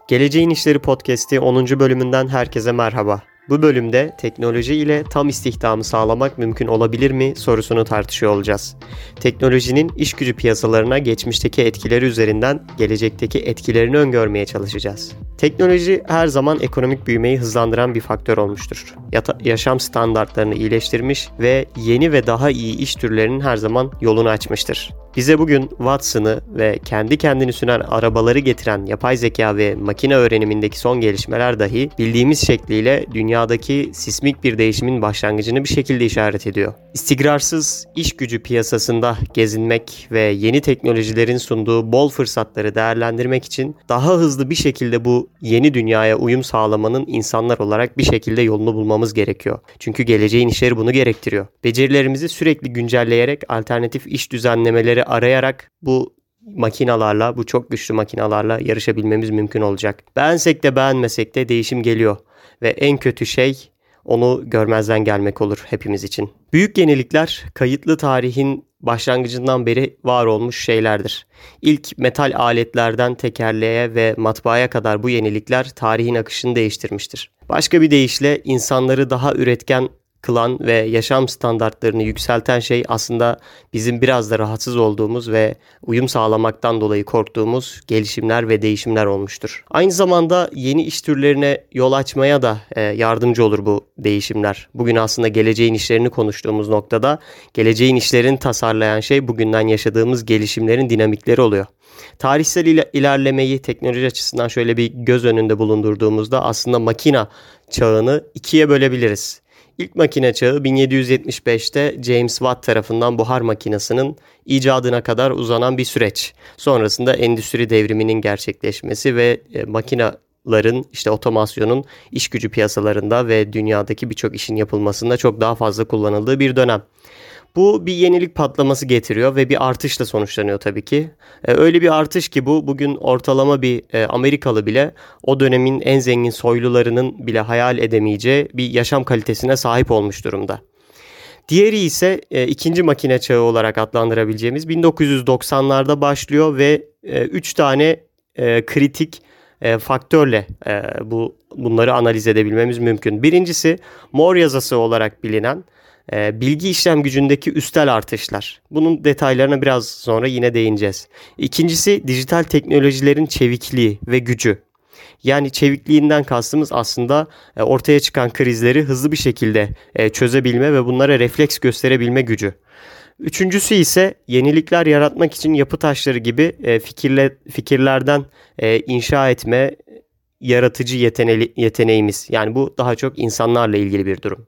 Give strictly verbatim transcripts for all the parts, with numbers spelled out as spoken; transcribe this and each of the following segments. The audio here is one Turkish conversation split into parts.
Geleceğin İşleri Podcast'i onuncu bölümünden herkese merhaba. Bu bölümde teknoloji ile tam istihdamı sağlamak mümkün olabilir mi sorusunu tartışıyor olacağız. Teknolojinin iş gücü piyasalarına geçmişteki etkileri üzerinden gelecekteki etkilerini öngörmeye çalışacağız. Teknoloji her zaman ekonomik büyümeyi hızlandıran bir faktör olmuştur. Yata- yaşam standartlarını iyileştirmiş ve yeni ve daha iyi iş türlerinin her zaman yolunu açmıştır. Bize bugün Watson'ı ve kendi kendini süren arabaları getiren yapay zeka ve makine öğrenimindeki son gelişmeler dahi bildiğimiz şekliyle dünyadaki sismik bir değişimin başlangıcını bir şekilde işaret ediyor. İstikrarsız iş gücü piyasasında gezinmek ve yeni teknolojilerin sunduğu bol fırsatları değerlendirmek için daha hızlı bir şekilde bu yeni dünyaya uyum sağlamanın insanlar olarak bir şekilde yolunu bulmamız gerekiyor. Çünkü geleceğin işleri bunu gerektiriyor. Becerilerimizi sürekli güncelleyerek alternatif iş düzenlemeleri arayarak bu makinalarla, bu çok güçlü makinalarla yarışabilmemiz mümkün olacak. Beğensek de beğenmesek de değişim geliyor ve en kötü şey onu görmezden gelmek olur hepimiz için. Büyük yenilikler kayıtlı tarihin başlangıcından beri var olmuş şeylerdir. İlk metal aletlerden tekerleğe ve matbaaya kadar bu yenilikler tarihin akışını değiştirmiştir. Başka bir deyişle insanları daha üretken kılan ve yaşam standartlarını yükselten şey aslında bizim biraz da rahatsız olduğumuz ve uyum sağlamaktan dolayı korktuğumuz gelişimler ve değişimler olmuştur. Aynı zamanda yeni iş türlerine yol açmaya da e, yardımcı olur bu değişimler. Bugün aslında geleceğin işlerini konuştuğumuz noktada geleceğin işlerini tasarlayan şey bugünden yaşadığımız gelişimlerin dinamikleri oluyor. Tarihsel ile ilerlemeyi teknoloji açısından şöyle bir göz önünde bulundurduğumuzda aslında makina çağını ikiye bölebiliriz. İlk makine çağı bin yedi yüz yetmiş beşte James Watt tarafından buhar makinesinin icadına kadar uzanan bir süreç. Sonrasında endüstri devriminin gerçekleşmesi ve e, makinelerin, işte otomasyonun iş gücü piyasalarında ve dünyadaki birçok işin yapılmasında çok daha fazla kullanıldığı bir dönem. Bu bir yenilik patlaması getiriyor ve bir artışla sonuçlanıyor tabii ki. Ee, öyle bir artış ki bu bugün ortalama bir e, Amerikalı bile o dönemin en zengin soylularının bile hayal edemeyeceği bir yaşam kalitesine sahip olmuş durumda. Diğeri ise e, ikinci makine çağı olarak adlandırabileceğimiz bin dokuz yüz doksanlarda başlıyor ve üç e, tane e, kritik e, faktörle e, bu bunları analiz edebilmemiz mümkün. Birincisi Moore yazısı olarak bilinen bilgi işlem gücündeki üstel artışlar. Bunun detaylarına biraz sonra yine değineceğiz. İkincisi dijital teknolojilerin çevikliği ve gücü. Yani çevikliğinden kastımız aslında ortaya çıkan krizleri hızlı bir şekilde çözebilme ve bunlara refleks gösterebilme gücü. Üçüncüsü ise yenilikler yaratmak için yapı taşları gibi fikirle, fikirlerden inşa etme yaratıcı yetene, yeteneğimiz. Yani bu daha çok insanlarla ilgili bir durum.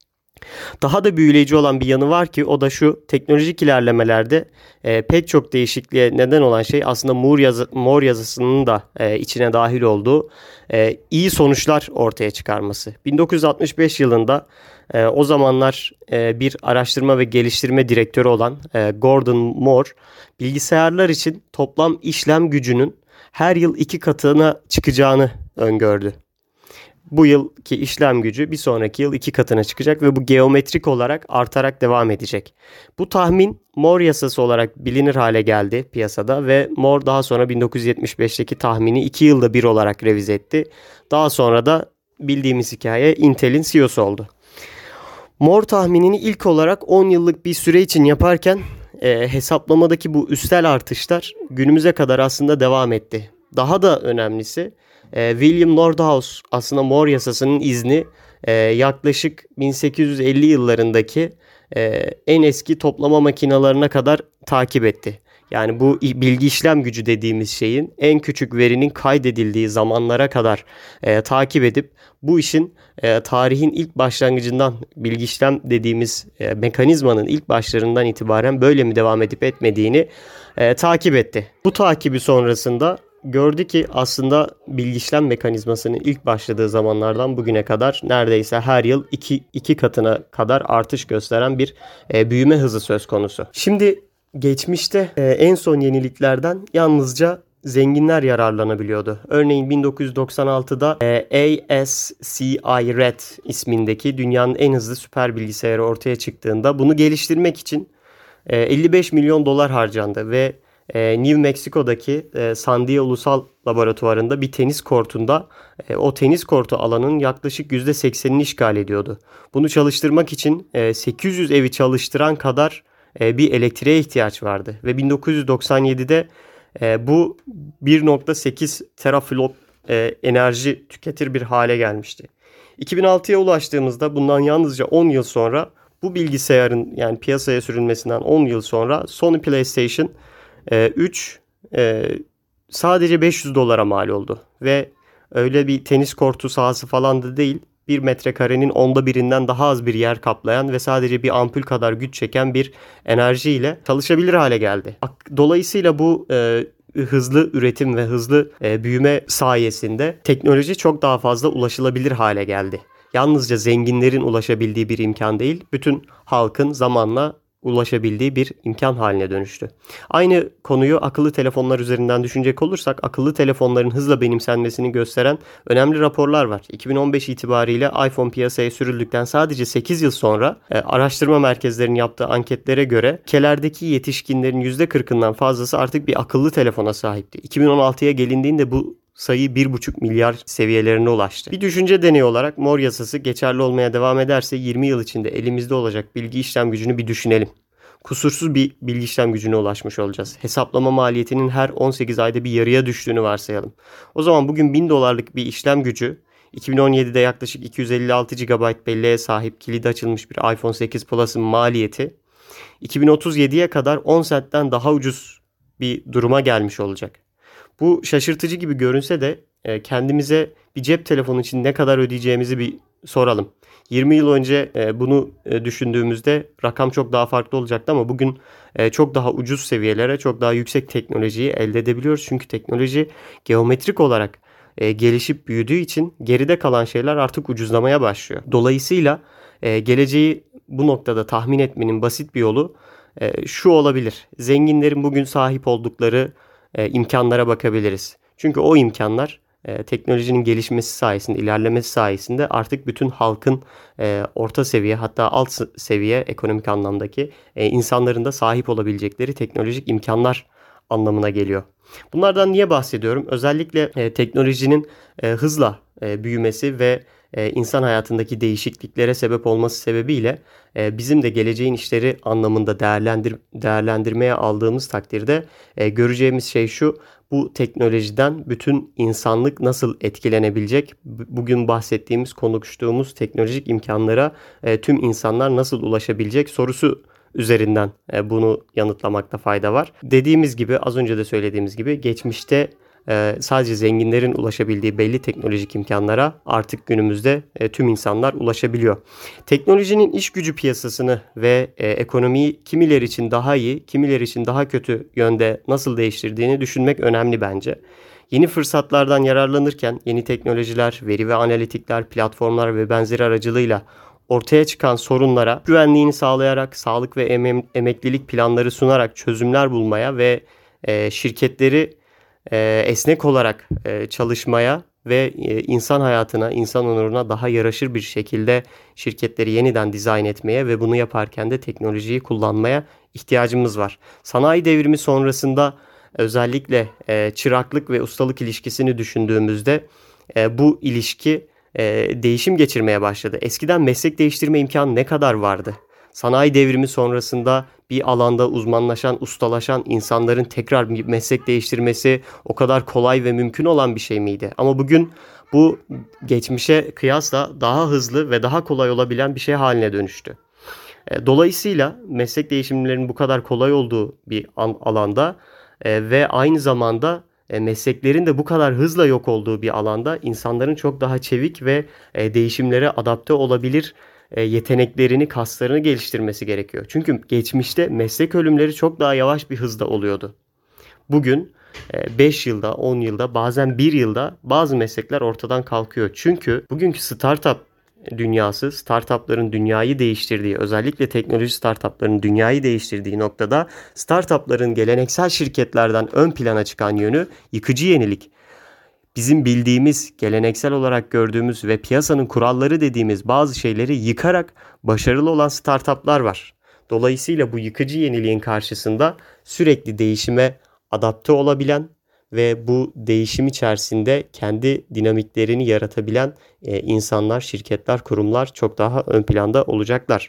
Daha da büyüleyici olan bir yanı var ki o da şu: teknolojik ilerlemelerde e, pek çok değişikliğe neden olan şey aslında Moore, yazı, Moore yazısının da e, içine dahil olduğu e, iyi sonuçlar ortaya çıkarması. bin dokuz yüz altmış beş yılında e, o zamanlar e, bir araştırma ve geliştirme direktörü olan e, Gordon Moore bilgisayarlar için toplam işlem gücünün her yıl iki katına çıkacağını öngördü. Bu yılki işlem gücü bir sonraki yıl iki katına çıkacak ve bu geometrik olarak artarak devam edecek. Bu tahmin Moore yasası olarak bilinir hale geldi piyasada ve Moore daha sonra bin dokuz yüz yetmiş beşteki tahmini iki yılda bir olarak revize etti. Daha sonra da bildiğimiz hikaye Intel'in C E O'su oldu. Moore tahminini ilk olarak on yıllık bir süre için yaparken e, hesaplamadaki bu üstel artışlar günümüze kadar aslında devam etti. Daha da önemlisi William Nordhaus aslında Moore yasasının izni e, yaklaşık bin sekiz yüz elli yıllarındaki e, en eski toplama makinalarına kadar takip etti. Yani bu bilgi işlem gücü dediğimiz şeyin en küçük verinin kaydedildiği zamanlara kadar e, takip edip bu işin e, tarihin ilk başlangıcından, bilgi işlem dediğimiz e, mekanizmanın ilk başlarından itibaren böyle mi devam edip etmediğini e, takip etti. Bu takibi sonrasında gördü ki aslında bilgi işlem mekanizmasının ilk başladığı zamanlardan bugüne kadar neredeyse her yıl iki, iki katına kadar artış gösteren bir e, büyüme hızı söz konusu. Şimdi geçmişte e, en son yeniliklerden yalnızca zenginler yararlanabiliyordu. Örneğin bin dokuz yüz doksan altıda e, A S C I Red ismindeki dünyanın en hızlı süper bilgisayarı ortaya çıktığında bunu geliştirmek için e, elli beş milyon dolar harcandı ve e, New Mexico'daki e, Sandia Ulusal Laboratuvarı'nda bir tenis kortunda e, o tenis kortu alanının yaklaşık yüzde seksenini işgal ediyordu. Bunu çalıştırmak için e, sekiz yüz evi çalıştıran kadar e, bir elektriğe ihtiyaç vardı. Ve bin dokuz yüz doksan yedide e, bu bir nokta sekiz teraflop e, enerji tüketir bir hale gelmişti. iki bin altıya ulaştığımızda bundan yalnızca on yıl sonra bu bilgisayarın yani piyasaya sürülmesinden on yıl sonra Sony PlayStation üç e, sadece beş yüz dolara mal oldu. Ve öyle bir tenis kortu sahası falan da değil. Bir metrekarenin onda birinden daha az bir yer kaplayan ve sadece bir ampul kadar güç çeken bir enerjiyle çalışabilir hale geldi. Dolayısıyla bu e, hızlı üretim ve hızlı e, büyüme sayesinde teknoloji çok daha fazla ulaşılabilir hale geldi. Yalnızca zenginlerin ulaşabildiği bir imkan değil, bütün halkın zamanla ulaşabildiği bir imkan haline dönüştü. Aynı konuyu akıllı telefonlar üzerinden düşünecek olursak akıllı telefonların hızla benimsenmesini gösteren önemli raporlar var. iki bin on beş itibariyle iPhone piyasaya sürüldükten sadece sekiz yıl sonra e, araştırma merkezlerinin yaptığı anketlere göre ülkelerdeki yetişkinlerin yüzde kırkından fazlası artık bir akıllı telefona sahipti. iki bin on altıya gelindiğinde bu sayı bir buçuk milyar seviyelerine ulaştı. Bir düşünce deneyi olarak Moore yasası geçerli olmaya devam ederse yirmi yıl içinde elimizde olacak bilgi işlem gücünü bir düşünelim. Kusursuz bir bilgi işlem gücüne ulaşmış olacağız. Hesaplama maliyetinin her on sekiz ayda bir yarıya düştüğünü varsayalım. O zaman bugün bin dolarlık bir işlem gücü iki bin on yedide yaklaşık iki yüz elli altı gigabayt belleğe sahip kilidi açılmış bir iPhone sekiz Plus'ın maliyeti iki bin otuz yediye kadar on sentten daha ucuz bir duruma gelmiş olacak. Bu şaşırtıcı gibi görünse de kendimize bir cep telefonu için ne kadar ödeyeceğimizi bir soralım. yirmi yıl önce bunu düşündüğümüzde rakam çok daha farklı olacaktı ama bugün çok daha ucuz seviyelere, çok daha yüksek teknolojiyi elde edebiliyoruz. Çünkü teknoloji geometrik olarak gelişip büyüdüğü için geride kalan şeyler artık ucuzlamaya başlıyor. Dolayısıyla geleceği bu noktada tahmin etmenin basit bir yolu şu olabilir. Zenginlerin bugün sahip oldukları E, imkanlara bakabiliriz. Çünkü o imkanlar e, teknolojinin gelişmesi sayesinde, ilerlemesi sayesinde artık bütün halkın e, orta seviye hatta alt seviye ekonomik anlamdaki e, insanların da sahip olabilecekleri teknolojik imkanlar anlamına geliyor. Bunlardan niye bahsediyorum? Özellikle e, teknolojinin e, hızla e, büyümesi ve e, insan hayatındaki değişikliklere sebep olması sebebiyle e, bizim de geleceğin işleri anlamında değerlendir değerlendirmeye aldığımız takdirde e, göreceğimiz şey şu: bu teknolojiden bütün insanlık nasıl etkilenebilecek? Bugün bahsettiğimiz, konuştuğumuz teknolojik imkanlara e, tüm insanlar nasıl ulaşabilecek sorusu üzerinden e, bunu yanıtlamakta fayda var. Dediğimiz gibi, az önce de söylediğimiz gibi geçmişte e, sadece zenginlerin ulaşabildiği belli teknolojik imkanlara artık günümüzde e, tüm insanlar ulaşabiliyor. Teknolojinin iş gücü piyasasını ve e, ekonomiyi kimileri için daha iyi, kimileri için daha kötü yönde nasıl değiştirdiğini düşünmek önemli bence. Yeni fırsatlardan yararlanırken yeni teknolojiler, veri ve analitikler, platformlar ve benzeri aracılığıyla ortaya çıkan sorunlara güvenliğini sağlayarak, sağlık ve em- emeklilik planları sunarak çözümler bulmaya ve e, şirketleri e, esnek olarak e, çalışmaya ve e, insan hayatına, insan onuruna daha yaraşır bir şekilde şirketleri yeniden dizayn etmeye ve bunu yaparken de teknolojiyi kullanmaya ihtiyacımız var. Sanayi devrimi sonrasında özellikle e, çıraklık ve ustalık ilişkisini düşündüğümüzde e, bu ilişki e, değişim geçirmeye başladı. Eskiden meslek değiştirme imkanı ne kadar vardı? Sanayi devrimi sonrasında bir alanda uzmanlaşan, ustalaşan insanların tekrar bir meslek değiştirmesi o kadar kolay ve mümkün olan bir şey miydi? Ama bugün bu geçmişe kıyasla daha hızlı ve daha kolay olabilen bir şey haline dönüştü. Dolayısıyla meslek değişimlerinin bu kadar kolay olduğu bir alanda e, ve aynı zamanda e, mesleklerin de bu kadar hızla yok olduğu bir alanda insanların çok daha çevik ve e, değişimlere adapte olabilir e, yeteneklerini, kaslarını geliştirmesi gerekiyor. Çünkü geçmişte meslek ölümleri çok daha yavaş bir hızda oluyordu. Bugün beş yılda, on yılda, bazen bir yılda bazı meslekler ortadan kalkıyor. Çünkü bugünkü startup dünyası, startupların dünyayı değiştirdiği, özellikle teknoloji startupların dünyayı değiştirdiği noktada startupların geleneksel şirketlerden ön plana çıkan yönü yıkıcı yenilik. Bizim bildiğimiz, geleneksel olarak gördüğümüz ve piyasanın kuralları dediğimiz bazı şeyleri yıkarak başarılı olan startuplar var. Dolayısıyla bu yıkıcı yeniliğin karşısında sürekli değişime adapte olabilen ve bu değişim içerisinde kendi dinamiklerini yaratabilen e, insanlar, şirketler, kurumlar çok daha ön planda olacaklar.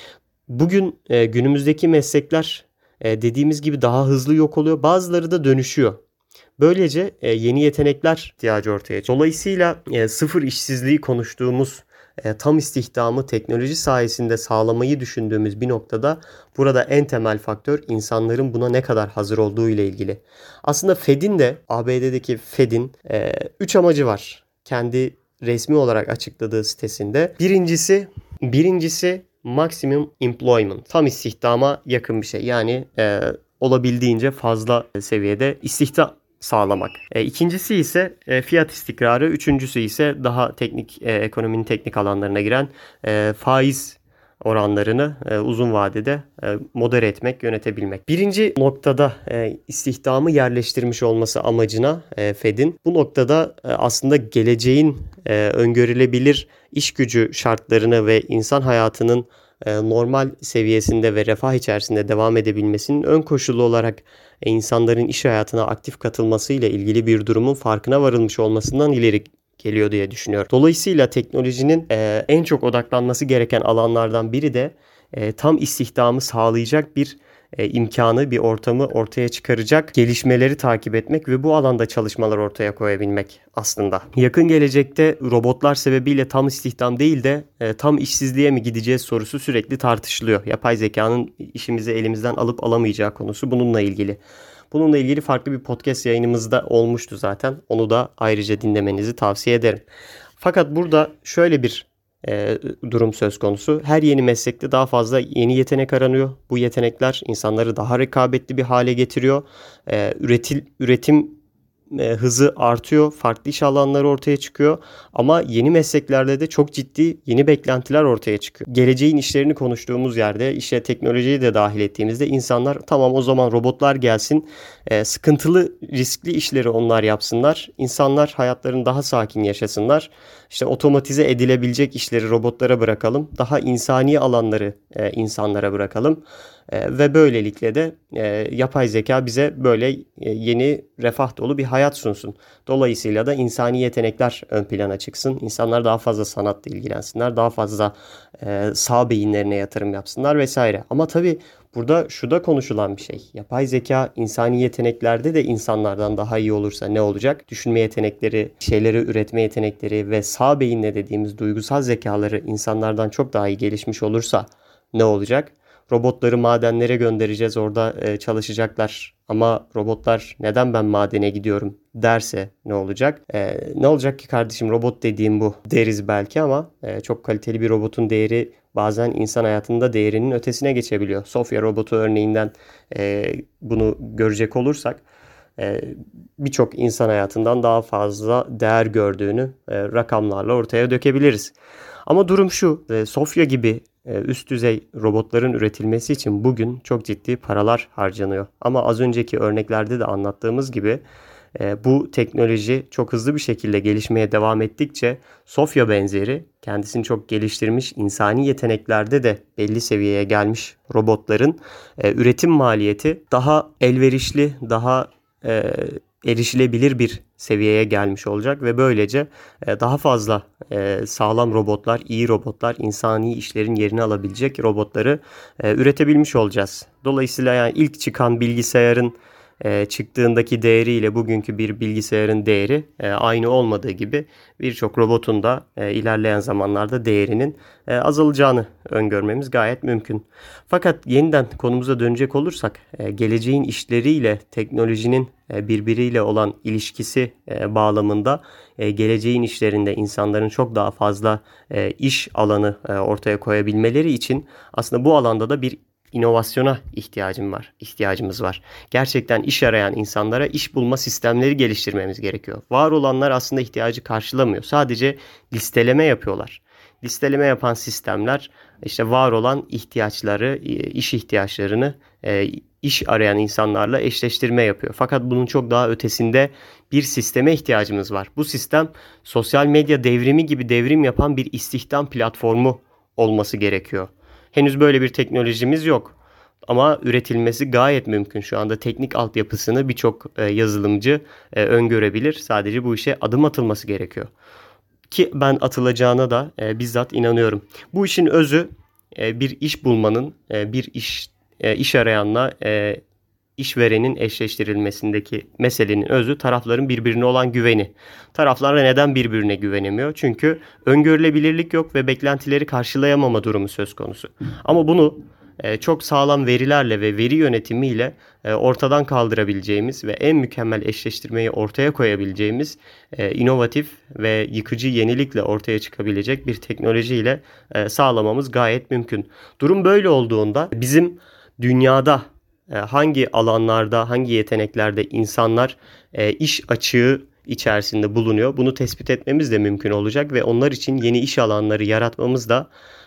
Bugün e, günümüzdeki meslekler e, dediğimiz gibi daha hızlı yok oluyor. Bazıları da dönüşüyor. Böylece e, yeni yetenekler ihtiyacı ortaya çıkıyor. Dolayısıyla e, sıfır işsizliği konuştuğumuz, e, tam istihdamı teknoloji sayesinde sağlamayı düşündüğümüz bir noktada burada en temel faktör insanların buna ne kadar hazır olduğu ile ilgili. Aslında Fed'in de A B D'deki Fed'in üç amacı var. Kendi resmi olarak açıkladığı sitesinde. Birincisi, birincisi maximum employment. Tam istihdama yakın bir şey. Yani e, olabildiğince fazla seviyede istihdam sağlamak. E, ikincisi ise e, fiyat istikrarı. Üçüncüsü ise daha teknik e, ekonominin teknik alanlarına giren e, faiz oranlarını e, uzun vadede e, modere etmek, yönetebilmek. Birinci noktada e, istihdamı yerleştirmiş olması amacına e, Fed'in bu noktada e, aslında geleceğin e, öngörülebilir iş gücü şartlarını ve insan hayatının e, normal seviyesinde ve refah içerisinde devam edebilmesinin ön koşulu olarak e, insanların iş hayatına aktif katılmasıyla ilgili bir durumun farkına varılmış olmasından ileri geliyor diye düşünüyorum. Dolayısıyla teknolojinin e, en çok odaklanması gereken alanlardan biri de e, tam istihdamı sağlayacak bir e, imkanı, bir ortamı ortaya çıkaracak gelişmeleri takip etmek ve bu alanda çalışmalar ortaya koyabilmek aslında. Yakın gelecekte robotlar sebebiyle tam istihdam değil de e, tam işsizliğe mi gideceğiz sorusu sürekli tartışılıyor. Yapay zekanın işimizi elimizden alıp alamayacağı konusu bununla ilgili. Bununla ilgili farklı bir podcast yayınımızda olmuştu zaten. Onu da ayrıca dinlemenizi tavsiye ederim. Fakat burada şöyle bir e, durum söz konusu. Her yeni meslekte daha fazla yeni yetenek aranıyor. Bu yetenekler insanları daha rekabetli bir hale getiriyor. E, üretil, üretim e, hızı artıyor. Farklı iş alanları ortaya çıkıyor. Ama yeni mesleklerde de çok ciddi yeni beklentiler ortaya çıkıyor. Geleceğin işlerini konuştuğumuz yerde işe teknolojiyi de dahil ettiğimizde insanlar tamam o zaman robotlar gelsin. E, sıkıntılı, riskli işleri onlar yapsınlar. İnsanlar hayatlarını daha sakin yaşasınlar. İşte otomatize edilebilecek işleri robotlara bırakalım. Daha insani alanları e, insanlara bırakalım. E, ve böylelikle de e, yapay zeka bize böyle e, yeni refah dolu bir hayat sunsun. Dolayısıyla da insani yetenekler ön plana çıksın. İnsanlar daha fazla sanatla ilgilensinler. Daha fazla e, sağ beyinlerine yatırım yapsınlar vesaire. Ama tabii burada şu da konuşulan bir şey. Yapay zeka insani yeteneklerde de insanlardan daha iyi olursa ne olacak? Düşünme yetenekleri, şeyleri üretme yetenekleri ve sağ beyinle dediğimiz duygusal zekaları insanlardan çok daha iyi gelişmiş olursa ne olacak? Robotları madenlere göndereceğiz, orada e, çalışacaklar. Ama robotlar neden ben madene gidiyorum derse ne olacak? E, ne olacak ki kardeşim, robot dediğim bu deriz belki ama e, çok kaliteli bir robotun değeri bazen insan hayatında değerinin ötesine geçebiliyor. Sofya robotu örneğinden e, bunu görecek olursak e, birçok insan hayatından daha fazla değer gördüğünü e, rakamlarla ortaya dökebiliriz. Ama durum şu, e, Sofya gibi e, üst düzey robotların üretilmesi için bugün çok ciddi paralar harcanıyor. Ama az önceki örneklerde de anlattığımız gibi e, bu teknoloji çok hızlı bir şekilde gelişmeye devam ettikçe Sofya benzeri kendisini çok geliştirmiş, insani yeteneklerde de belli seviyeye gelmiş robotların e, üretim maliyeti daha elverişli, daha e, erişilebilir bir seviyeye gelmiş olacak ve böylece e, daha fazla e, sağlam robotlar, iyi robotlar, insani işlerin yerini alabilecek robotları e, üretebilmiş olacağız. Dolayısıyla yani ilk çıkan bilgisayarın e, çıktığındaki değeriyle bugünkü bir bilgisayarın değeri e, aynı olmadığı gibi birçok robotun da e, ilerleyen zamanlarda değerinin e, azalacağını öngörmemiz gayet mümkün. Fakat yeniden konumuza dönecek olursak e, geleceğin işleriyle teknolojinin e, birbiriyle olan ilişkisi e, bağlamında e, geleceğin işlerinde insanların çok daha fazla e, iş alanı e, ortaya koyabilmeleri için aslında bu alanda da bir inovasyona ihtiyacım var, ihtiyacımız var. Gerçekten iş arayan insanlara iş bulma sistemleri geliştirmemiz gerekiyor. Var olanlar aslında ihtiyacı karşılamıyor. Sadece listeleme yapıyorlar. Listeleme yapan sistemler işte var olan ihtiyaçları, iş ihtiyaçlarını iş arayan insanlarla eşleştirme yapıyor. Fakat bunun çok daha ötesinde bir sisteme ihtiyacımız var. Bu sistem sosyal medya devrimi gibi devrim yapan bir istihdam platformu olması gerekiyor. Henüz böyle bir teknolojimiz yok. Ama üretilmesi gayet mümkün. Şu anda teknik altyapısını birçok e, yazılımcı e, öngörebilir. Sadece bu işe adım atılması gerekiyor. Ki ben atılacağına da e, bizzat inanıyorum. Bu işin özü e, bir iş bulmanın, e, bir iş e, iş arayanla e, işverenin eşleştirilmesindeki meselenin özü tarafların birbirine olan güveni. Taraflar neden birbirine güvenemiyor? Çünkü öngörülebilirlik yok ve beklentileri karşılayamama durumu söz konusu. Ama bunu e, çok sağlam verilerle ve veri yönetimiyle e, ortadan kaldırabileceğimiz ve en mükemmel eşleştirmeyi ortaya koyabileceğimiz e, inovatif ve yıkıcı yenilikle ortaya çıkabilecek bir teknolojiyle e, sağlamamız gayet mümkün. Durum böyle olduğunda bizim dünyada hangi alanlarda, hangi yeteneklerde insanlar iş açığı içerisinde bulunuyor, bunu tespit etmemiz de mümkün olacak ve onlar için yeni iş alanları yaratmamız da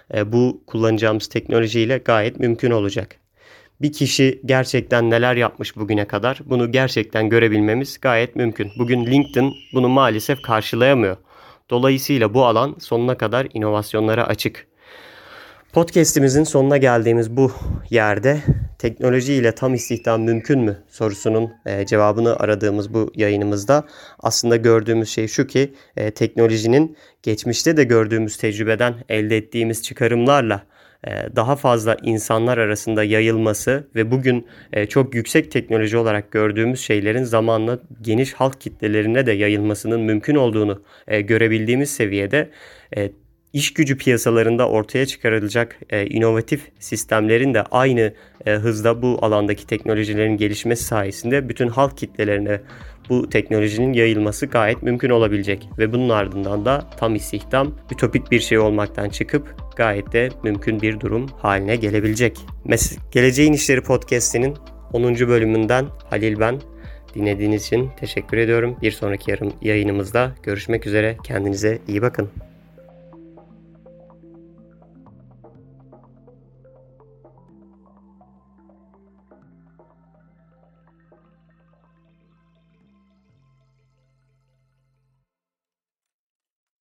bu kullanacağımız teknolojiyle gayet mümkün olacak. Bir kişi gerçekten neler yapmış bugüne kadar, bunu gerçekten görebilmemiz gayet mümkün. Bugün LinkedIn bunu maalesef karşılayamıyor. Dolayısıyla bu alan sonuna kadar inovasyonlara açık. Podcast'imizin sonuna geldiğimiz bu yerde teknoloji ile tam istihdam mümkün mü sorusunun e, cevabını aradığımız bu yayınımızda aslında gördüğümüz şey şu ki e, teknolojinin geçmişte de gördüğümüz tecrübeden elde ettiğimiz çıkarımlarla e, daha fazla insanlar arasında yayılması ve bugün e, çok yüksek teknoloji olarak gördüğümüz şeylerin zamanla geniş halk kitlelerine de yayılmasının mümkün olduğunu e, görebildiğimiz seviyede e, İş gücü piyasalarında ortaya çıkarılacak e, inovatif sistemlerin de aynı e, hızda bu alandaki teknolojilerin gelişmesi sayesinde bütün halk kitlelerine bu teknolojinin yayılması gayet mümkün olabilecek. Ve bunun ardından da tam istihdam ütopik bir şey olmaktan çıkıp gayet de mümkün bir durum haline gelebilecek. Mes- Geleceğin İşleri Podcast'inin onuncu bölümünden Halil ben. Dinlediğiniz için teşekkür ediyorum. Bir sonraki yarım yayınımızda görüşmek üzere. Kendinize iyi bakın.